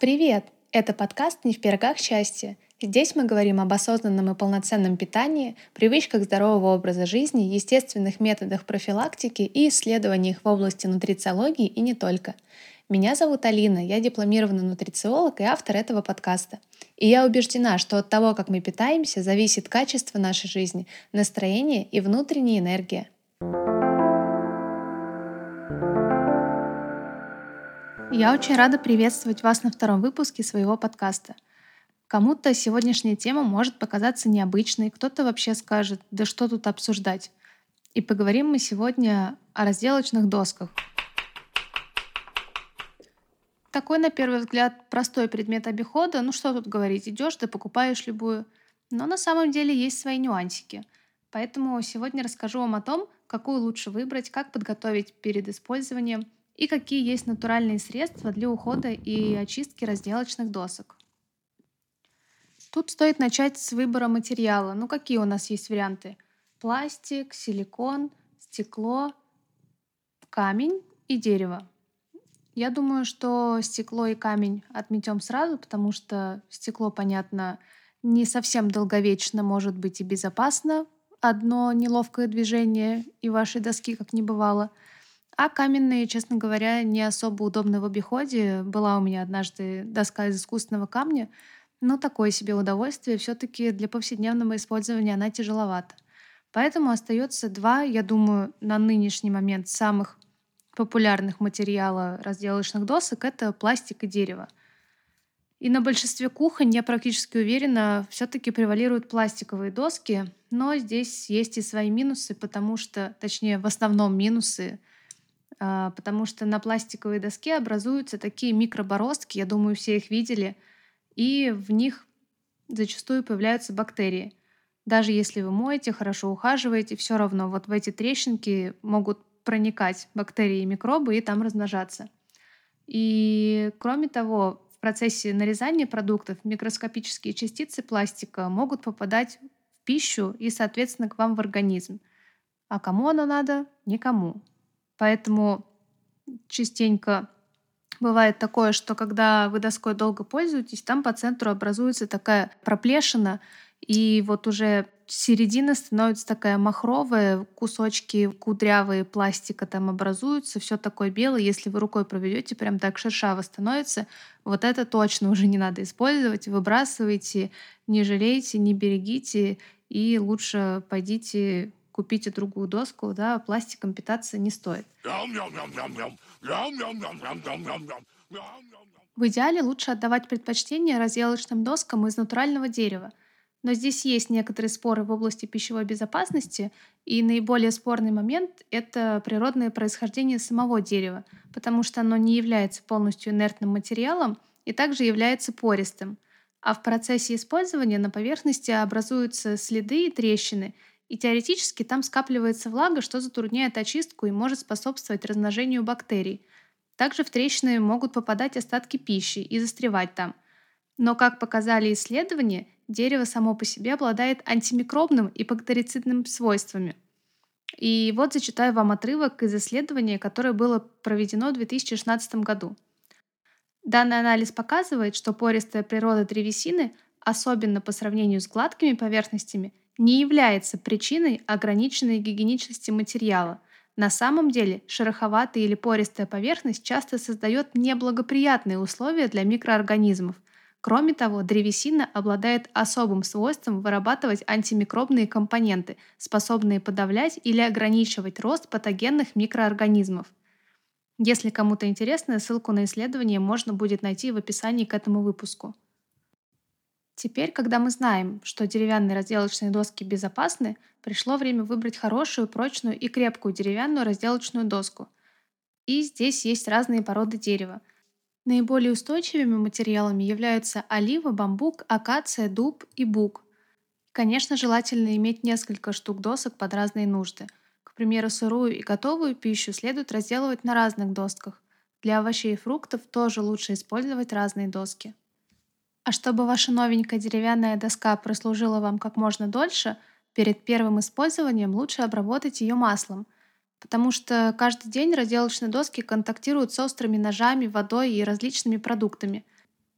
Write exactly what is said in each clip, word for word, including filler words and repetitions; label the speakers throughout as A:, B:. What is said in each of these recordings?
A: Привет! Это подкаст «Не в пирогах счастья». Здесь мы говорим об осознанном и полноценном питании, привычках здорового образа жизни, естественных методах профилактики и исследованиях в области нутрициологии и не только. Меня зовут Алина, я дипломированный нутрициолог и автор этого подкаста. И я убеждена, что от того, как мы питаемся, зависит качество нашей жизни, настроение и внутренняя энергия. Я очень рада приветствовать вас на втором выпуске своего подкаста. Кому-то сегодняшняя тема может показаться необычной, кто-то вообще скажет, да что тут обсуждать. И поговорим мы сегодня о разделочных досках. Такой, на первый взгляд, простой предмет обихода. Ну что тут говорить, идешь, да покупаешь любую. Но на самом деле есть свои нюансики. Поэтому сегодня расскажу вам о том, какую лучше выбрать, как подготовить перед использованием и какие есть натуральные средства для ухода и очистки разделочных досок. Тут стоит начать с выбора материала. Ну, какие у нас есть варианты? Пластик, силикон, стекло, камень и дерево. Я думаю, что стекло и камень отметем сразу, потому что стекло, понятно, не совсем долговечно, может быть и безопасно. Одно неловкое движение и вашей доски как не бывало. А каменные, честно говоря, не особо удобны в обиходе. Была у меня однажды доска из искусственного камня, но такое себе удовольствие. Все-таки для повседневного использования она тяжеловата. Поэтому остается два, я думаю, на нынешний момент самых популярных материала разделочных досок — это пластик и дерево. И на большинстве кухонь, я практически уверена, все-таки превалируют пластиковые доски, но здесь есть и свои минусы, потому что, точнее, в основном минусы, а, потому что на пластиковой доске образуются такие микробороздки, я думаю, все их видели, и в них зачастую появляются бактерии. Даже если вы моете, хорошо ухаживаете, все равно вот в эти трещинки могут проникать бактерии и микробы и там размножаться. И кроме того, в процессе нарезания продуктов микроскопические частицы пластика могут попадать в пищу и, соответственно, к вам в организм. А кому оно надо? Никому. Поэтому частенько бывает такое, что когда вы доской долго пользуетесь, там по центру образуется такая проплешина, и вот уже середина становится такая махровая, кусочки кудрявые пластика там образуются, все такое белое. Если вы рукой проведете, прям так шершаво становится. Вот это точно уже не надо использовать. Выбрасывайте, не жалейте, не берегите, и лучше пойдите купите другую доску, да, пластиком питаться не стоит. В идеале лучше отдавать предпочтение разделочным доскам из натурального дерева. Но здесь есть некоторые споры в области пищевой безопасности, и наиболее спорный момент — это природное происхождение самого дерева, потому что оно не является полностью инертным материалом и также является пористым. А в процессе использования на поверхности образуются следы и трещины, и теоретически там скапливается влага, что затрудняет очистку и может способствовать размножению бактерий. Также в трещины могут попадать остатки пищи и застревать там. Но, как показали исследования, дерево само по себе обладает антимикробным и бактерицидным свойствами. И вот зачитаю вам отрывок из исследования, которое было проведено в две тысячи шестнадцатом году. Данный анализ показывает, что пористая природа древесины, особенно по сравнению с гладкими поверхностями, не является причиной ограниченной гигиеничности материала. На самом деле, шероховатая или пористая поверхность часто создает неблагоприятные условия для микроорганизмов. Кроме того, древесина обладает особым свойством вырабатывать антимикробные компоненты, способные подавлять или ограничивать рост патогенных микроорганизмов. Если кому-то интересно, ссылку на исследование можно будет найти в описании к этому выпуску. Теперь, когда мы знаем, что деревянные разделочные доски безопасны, пришло время выбрать хорошую, прочную и крепкую деревянную разделочную доску. И здесь есть разные породы дерева. Наиболее устойчивыми материалами являются олива, бамбук, акация, дуб и бук. Конечно, желательно иметь несколько штук досок под разные нужды. К примеру, сырую и готовую пищу следует разделывать на разных досках. Для овощей и фруктов тоже лучше использовать разные доски. А чтобы ваша новенькая деревянная доска прослужила вам как можно дольше, перед первым использованием лучше обработать ее маслом, потому что каждый день разделочные доски контактируют с острыми ножами, водой и различными продуктами.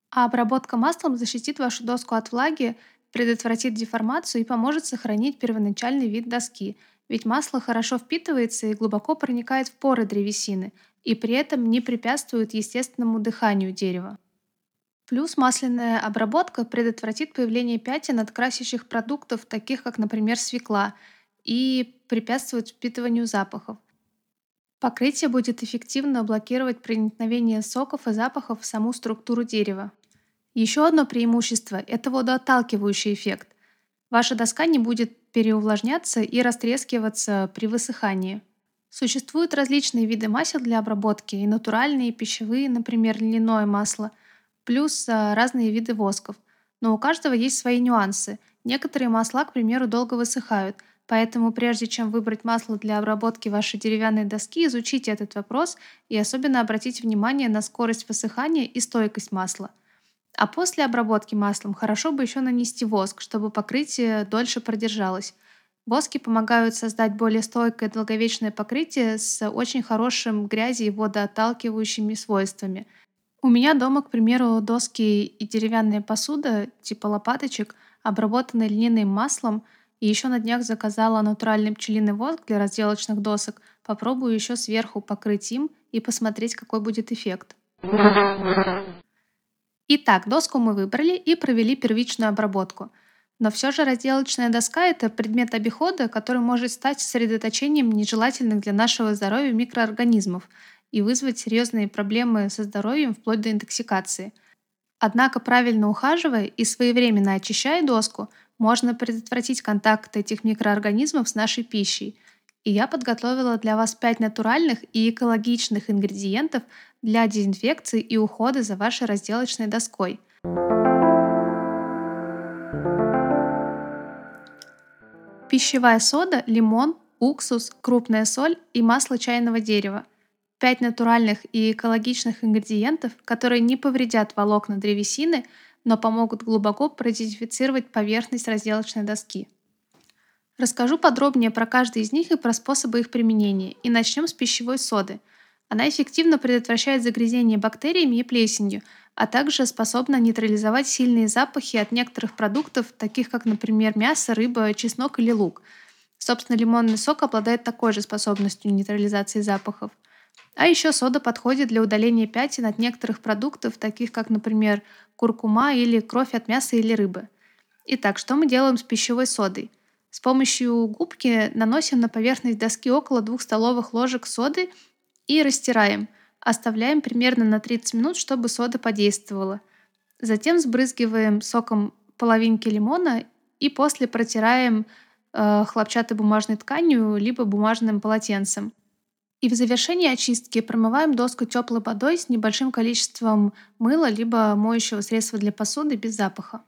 A: А обработка маслом защитит вашу доску от влаги, предотвратит деформацию и поможет сохранить первоначальный вид доски. Ведь масло хорошо впитывается и глубоко проникает в поры древесины, и при этом не препятствует естественному дыханию дерева. Плюс масляная обработка предотвратит появление пятен от красящих продуктов, таких как, например, свекла, и препятствует впитыванию запахов. Покрытие будет эффективно блокировать проникновение соков и запахов в саму структуру дерева. Еще одно преимущество — это водоотталкивающий эффект. Ваша доска не будет переувлажняться и растрескиваться при высыхании. Существуют различные виды масел для обработки, и натуральные, и пищевые, например, льняное масло, плюс а, разные виды восков. Но у каждого есть свои нюансы. Некоторые масла, к примеру, долго высыхают, поэтому прежде чем выбрать масло для обработки вашей деревянной доски, изучите этот вопрос и особенно обратите внимание на скорость высыхания и стойкость масла. А после обработки маслом хорошо бы еще нанести воск, чтобы покрытие дольше продержалось. Воски помогают создать более стойкое долговечное покрытие с очень хорошим грязи и водоотталкивающими свойствами. У меня дома, к примеру, доски и деревянная посуда, типа лопаточек, обработаны льняным маслом, и еще на днях заказала натуральный пчелиный воск для разделочных досок. Попробую еще сверху покрыть им и посмотреть, какой будет эффект. Итак, доску мы выбрали и провели первичную обработку. Но все же разделочная доска — это предмет обихода, который может стать сосредоточением нежелательных для нашего здоровья микроорганизмов и вызвать серьезные проблемы со здоровьем вплоть до интоксикации. Однако, правильно ухаживая и своевременно очищая доску, можно предотвратить контакт этих микроорганизмов с нашей пищей. И я подготовила для вас пять натуральных и экологичных ингредиентов для дезинфекции и ухода за вашей разделочной доской. Пищевая сода, лимон, уксус, крупная соль и масло чайного дерева. Пять натуральных и экологичных ингредиентов, которые не повредят волокна древесины, но помогут глубоко продезинфицировать поверхность разделочной доски. Расскажу подробнее про каждый из них и про способы их применения. И начнем с пищевой соды. Она эффективно предотвращает загрязнение бактериями и плесенью, а также способна нейтрализовать сильные запахи от некоторых продуктов, таких как, например, мясо, рыба, чеснок или лук. Собственно, лимонный сок обладает такой же способностью нейтрализации запахов. А еще сода подходит для удаления пятен от некоторых продуктов, таких как, например, куркума или кровь от мяса или рыбы. Итак, что мы делаем с пищевой содой? С помощью губки наносим на поверхность доски около двух столовых ложек соды и растираем. Оставляем примерно на тридцать минут, чтобы сода подействовала. Затем сбрызгиваем соком половинки лимона и после протираем э, хлопчатой бумажной тканью либо бумажным полотенцем. И в завершении очистки промываем доску теплой водой с небольшим количеством мыла либо моющего средства для посуды без запаха.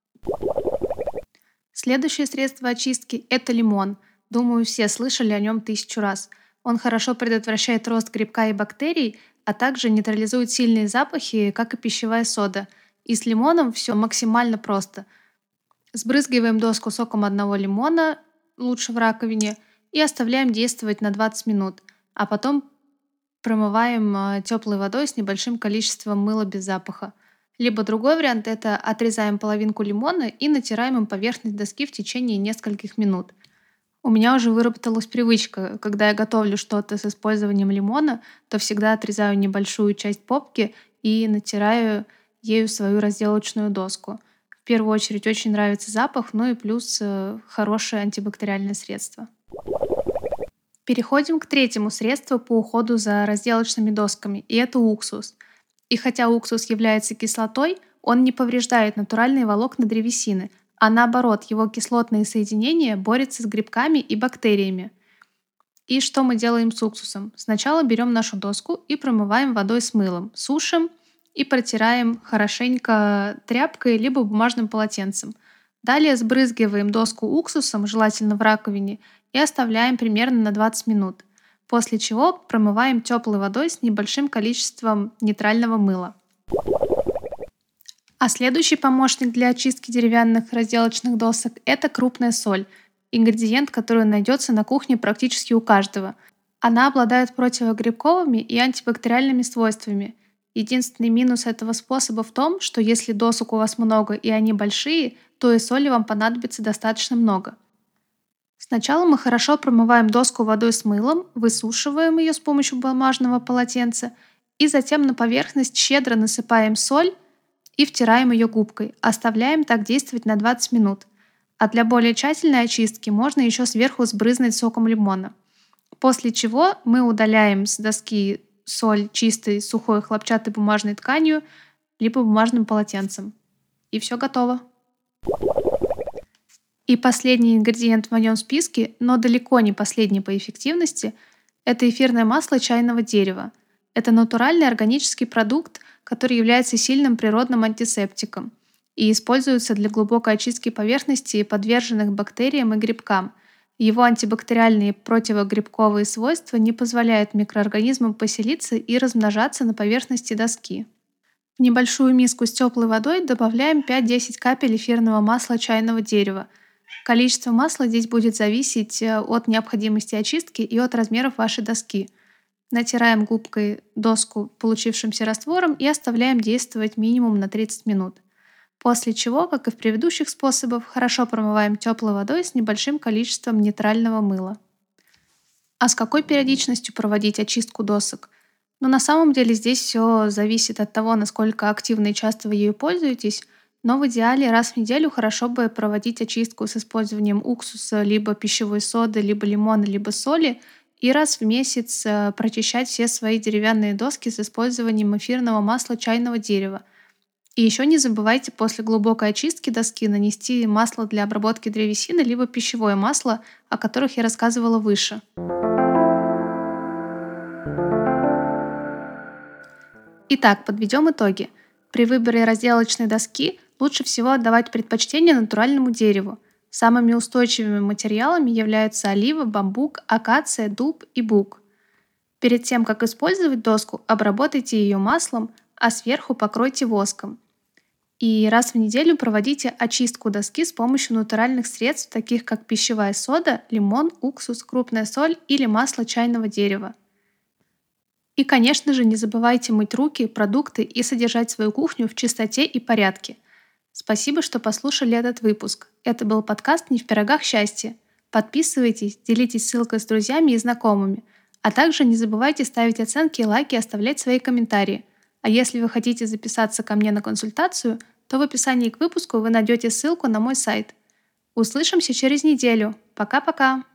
A: Следующее средство очистки — это лимон. Думаю, все слышали о нем тысячу раз. Он хорошо предотвращает рост грибка и бактерий, а также нейтрализует сильные запахи, как и пищевая сода. И с лимоном все максимально просто. Сбрызгиваем доску соком одного лимона, лучше в раковине, и оставляем действовать на двадцать минут, а потом промываем теплой водой с небольшим количеством мыла без запаха. Либо другой вариант — это отрезаем половинку лимона и натираем им поверхность доски в течение нескольких минут. У меня уже выработалась привычка, когда я готовлю что-то с использованием лимона, то всегда отрезаю небольшую часть попки и натираю ею свою разделочную доску. В первую очередь очень нравится запах, ну и плюс э, хорошее антибактериальное средство. Переходим к третьему средству по уходу за разделочными досками, и это уксус. И хотя уксус является кислотой, он не повреждает натуральные волокна древесины, а наоборот, его кислотные соединения борются с грибками и бактериями. И что мы делаем с уксусом? Сначала берем нашу доску и промываем водой с мылом, сушим и протираем хорошенько тряпкой либо бумажным полотенцем. Далее сбрызгиваем доску уксусом, желательно в раковине, и оставляем примерно на двадцать минут, после чего промываем теплой водой с небольшим количеством нейтрального мыла. А следующий помощник для очистки деревянных разделочных досок — это крупная соль, ингредиент, который найдется на кухне практически у каждого. Она обладает противогрибковыми и антибактериальными свойствами Единственный минус этого способа в том, что если досок у вас много и они большие, то и соли вам понадобится достаточно много. Сначала мы хорошо промываем доску водой с мылом, высушиваем ее с помощью бумажного полотенца и затем на поверхность щедро насыпаем соль и втираем ее губкой. Оставляем так действовать на двадцать минут. А для более тщательной очистки можно еще сверху сбрызнуть соком лимона. После чего мы удаляем с доски соль чистой сухой хлопчатой бумажной тканью либо бумажным полотенцем. И все готово. И последний ингредиент в моем списке, но далеко не последний по эффективности, это эфирное масло чайного дерева. Это натуральный органический продукт, который является сильным природным антисептиком и используется для глубокой очистки поверхностей, подверженных бактериям и грибкам. Его антибактериальные и противогрибковые свойства не позволяют микроорганизмам поселиться и размножаться на поверхности доски. В небольшую миску с теплой водой добавляем пять-десять капель эфирного масла чайного дерева. Количество масла здесь будет зависеть э, от необходимости очистки и от размеров вашей доски. Натираем губкой доску получившимся раствором и оставляем действовать минимум на тридцать минут. После чего, как и в предыдущих способах, хорошо промываем теплой водой с небольшим количеством нейтрального мыла. А с какой периодичностью проводить очистку досок? Но на самом деле здесь все зависит от того, насколько активно и часто вы ею пользуетесь, но в идеале раз в неделю хорошо бы проводить очистку с использованием уксуса, либо пищевой соды, либо лимона, либо соли, и раз в месяц э, прочищать все свои деревянные доски с использованием эфирного масла чайного дерева. И еще не забывайте после глубокой очистки доски нанести масло для обработки древесины, либо пищевое масло, о которых я рассказывала выше. Итак, подведем итоги. При выборе разделочной доски лучше всего отдавать предпочтение натуральному дереву. Самыми устойчивыми материалами являются олива, бамбук, акация, дуб и бук. Перед тем, как использовать доску, обработайте ее маслом, а сверху покройте воском. И раз в неделю проводите очистку доски с помощью натуральных средств, таких как пищевая сода, лимон, уксус, крупная соль или масло чайного дерева. И, конечно же, не забывайте мыть руки, продукты и содержать свою кухню в чистоте и порядке. Спасибо, что послушали этот выпуск. Это был подкаст «Не в пирогах счастье». Подписывайтесь, делитесь ссылкой с друзьями и знакомыми. А также не забывайте ставить оценки, лайки и оставлять свои комментарии. А если вы хотите записаться ко мне на консультацию, то в описании к выпуску вы найдете ссылку на мой сайт. Услышимся через неделю. Пока-пока!